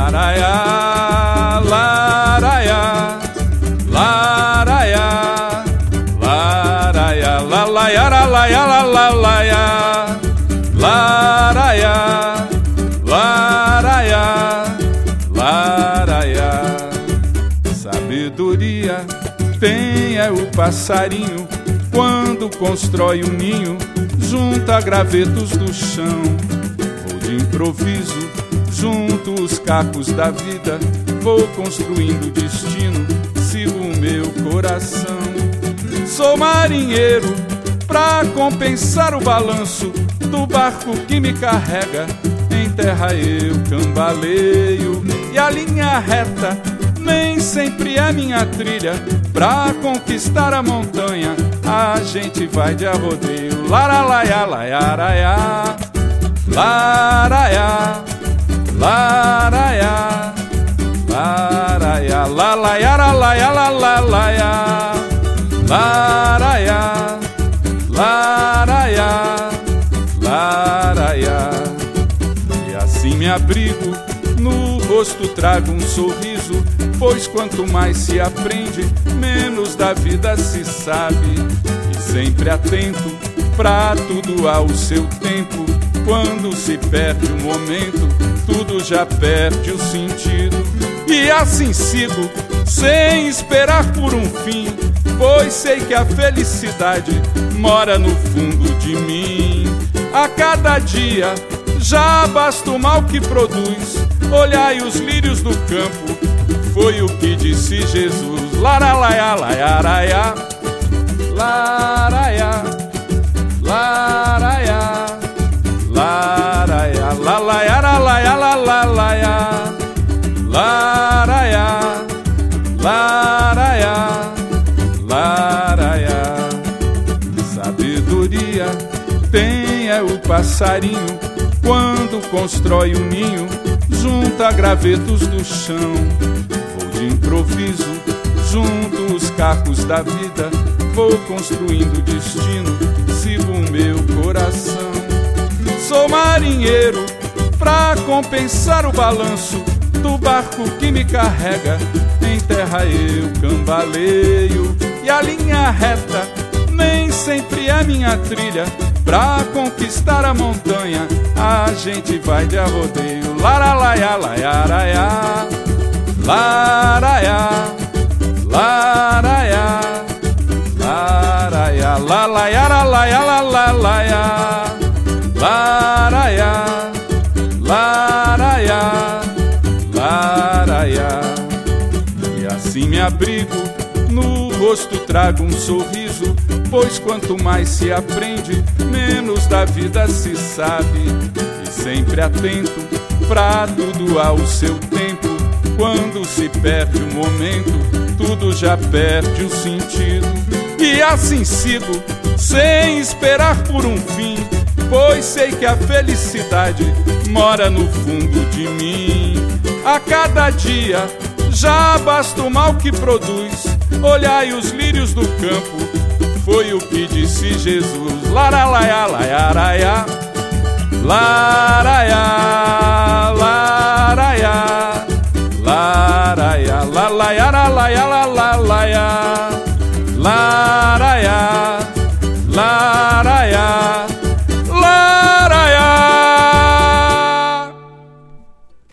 Laraiá, laraiá, laraiá, laraiá, lalaiá, lalaiá, lalaiá, laraiá, laraiá, laraiá. Sabedoria tem é o passarinho quando constrói um ninho, junta gravetos do chão. Vou de improviso, junto os cacos da vida, vou construindo destino, sigo o meu coração. Sou marinheiro pra compensar o balanço do barco que me carrega. Em terra eu cambaleio e a linha reta nem sempre é minha trilha. Pra conquistar a montanha a gente vai de arrodeio. Laralaiá, laiaraiá, laraiá, laraiá, laraiá, lalaiá, lalaiá, lalaiá, laraiá, laraiá, laraiá. E assim me abrigo, no rosto trago um sorriso, pois quanto mais se aprende, menos da vida se sabe. E sempre atento, pra tudo há o seu tempo. Quando se perde o momento, tudo já perde o sentido. E assim sigo, sem esperar por um fim, pois sei que a felicidade mora no fundo de mim. A cada dia já basta o mal que produz. Olhai os lírios do campo, foi o que disse Jesus. Laralaiá, laiaraiá, laraiá, laraiá, laraiá, lalaiá, lalaiá, lalaiá, laraiá, laraiá, laraiá. Sabedoria tem é o passarinho quando constrói um ninho, junta gravetos do chão. Vou de improviso, junto os cacos da vida, vou construindo destino, sigo o meu coração. Sou marinheiro pra compensar o balanço do barco que me carrega. Em terra eu cambaleio e a linha reta nem sempre é minha trilha. Pra conquistar a montanha a gente vai de arrodeio. Laralaiá, laiaraiá, laraiá, laraiá, laraiá, lalaiá, lalaiá, lalaiá, laraiá, laraiá, laraiá. E assim me abrigo, no rosto trago um sorriso, pois quanto mais se aprende, menos da vida se sabe. E sempre atento, pra tudo há o seu tempo. Quando se perde o momento, tudo já perde o sentido. E assim sigo, sem esperar por um fim, pois sei que a felicidade mora no fundo de mim. A cada dia já basta o mal que produz. Olhai os lírios do campo, foi o que disse Jesus. Laralaiá, laiaraiá, laraiá,